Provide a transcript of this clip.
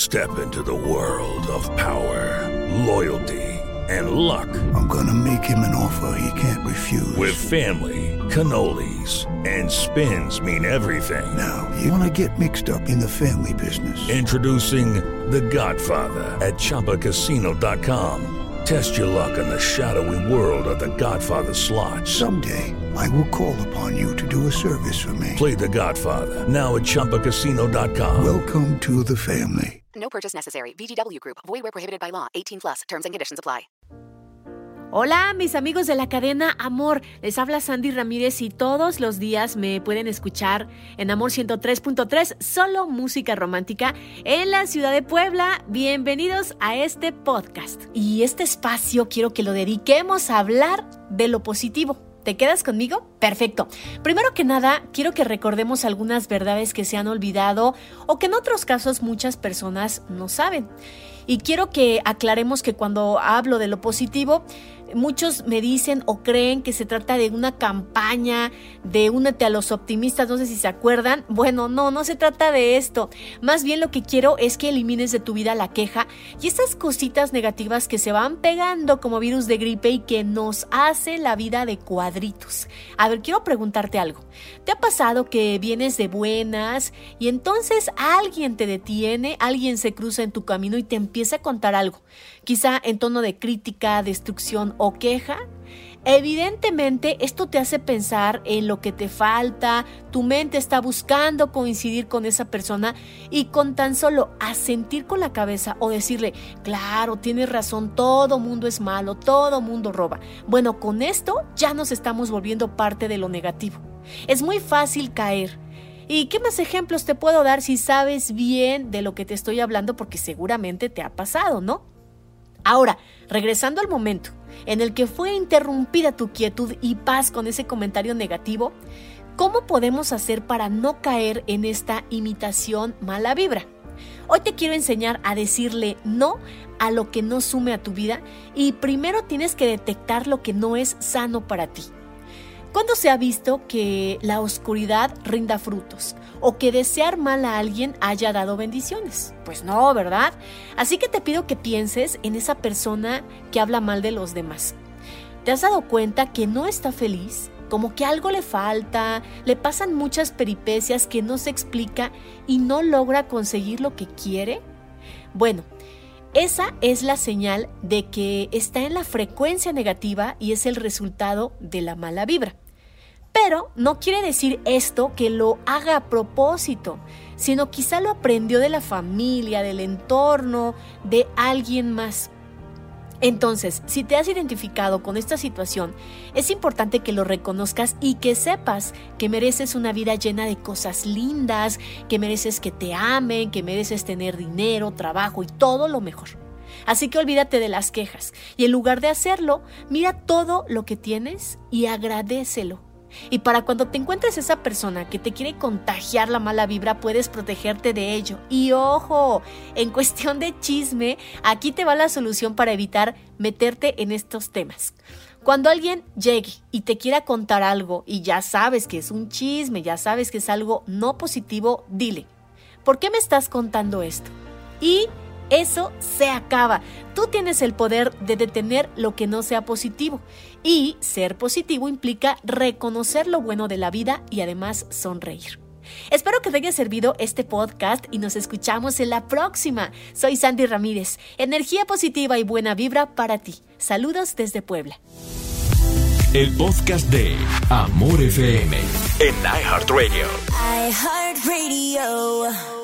Step into the world of power, loyalty, and luck. I'm gonna make him an offer he can't refuse. With family, cannolis, and spins mean everything. Now, you wanna get mixed up in the family business. Introducing The Godfather at ChumbaCasino.com. Test your luck in the shadowy world of The Godfather slot. Someday, I will call upon you to do a service for me. Play The Godfather now at ChumbaCasino.com. Welcome to the family. No purchase necessary. VGW Group. Void where prohibited by law. 18+. Terms and conditions apply. Hola, mis amigos de la cadena Amor. Les habla Sandy Ramírez y todos los días me pueden escuchar en Amor 103.3, solo música romántica en la ciudad de Puebla. Bienvenidos a este podcast. Y este espacio quiero que lo dediquemos a hablar de lo positivo. ¿Te quedas conmigo? Perfecto. Primero que nada, quiero que recordemos algunas verdades que se han olvidado o que en otros casos muchas personas no saben. Y quiero que aclaremos que cuando hablo de lo positivo, muchos me dicen o creen que se trata de una campaña de únete a los optimistas, no sé si se acuerdan. Bueno, no se trata de esto. Más bien lo que quiero es que elimines de tu vida la queja y esas cositas negativas que se van pegando como virus de gripe y que nos hace la vida de cuadritos. A ver, quiero preguntarte algo. ¿Te ha pasado que vienes de buenas y entonces alguien te detiene, alguien se cruza en tu camino y te empieza a contar algo? Quizá en tono de crítica, destrucción o queja. Evidentemente esto te hace pensar en lo que te falta, tu mente está buscando coincidir con esa persona y con tan solo asentir con la cabeza o decirle, claro, tienes razón, todo mundo es malo, todo mundo roba. Bueno, con esto ya nos estamos volviendo parte de lo negativo. Es muy fácil caer. ¿Y qué más ejemplos te puedo dar si sabes bien de lo que te estoy hablando? Porque seguramente te ha pasado, ¿no? Ahora, regresando al momento en el que fue interrumpida tu quietud y paz con ese comentario negativo, ¿cómo podemos hacer para no caer en esta imitación mala vibra? Hoy te quiero enseñar a decirle no a lo que no sume a tu vida y primero tienes que detectar lo que no es sano para ti. ¿Cuándo se ha visto que la oscuridad rinda frutos o que desear mal a alguien haya dado bendiciones? Pues no, ¿verdad? Así que te pido que pienses en esa persona que habla mal de los demás. ¿Te has dado cuenta que no está feliz? Como que algo le falta, le pasan muchas peripecias que no se explica y no logra conseguir lo que quiere. Bueno, esa es la señal de que está en la frecuencia negativa y es el resultado de la mala vibra. Pero no quiere decir esto que lo haga a propósito, sino quizá lo aprendió de la familia, del entorno, de alguien más. Entonces, si te has identificado con esta situación, es importante que lo reconozcas y que sepas que mereces una vida llena de cosas lindas, que mereces que te amen, que mereces tener dinero, trabajo y todo lo mejor. Así que olvídate de las quejas y en lugar de hacerlo, mira todo lo que tienes y agradécelo. Y para cuando te encuentres esa persona que te quiere contagiar la mala vibra, puedes protegerte de ello. Y ojo, en cuestión de chisme, aquí te va la solución para evitar meterte en estos temas. Cuando alguien llegue y te quiera contar algo y ya sabes que es un chisme, ya sabes que es algo no positivo, dile, ¿por qué me estás contando esto? Y eso se acaba. Tú tienes el poder de detener lo que no sea positivo. Y ser positivo implica reconocer lo bueno de la vida y además sonreír. Espero que te haya servido este podcast y nos escuchamos en la próxima. Soy Sandy Ramírez. Energía positiva y buena vibra para ti. Saludos desde Puebla. El podcast de Amor FM en iHeartRadio. iHeartRadio.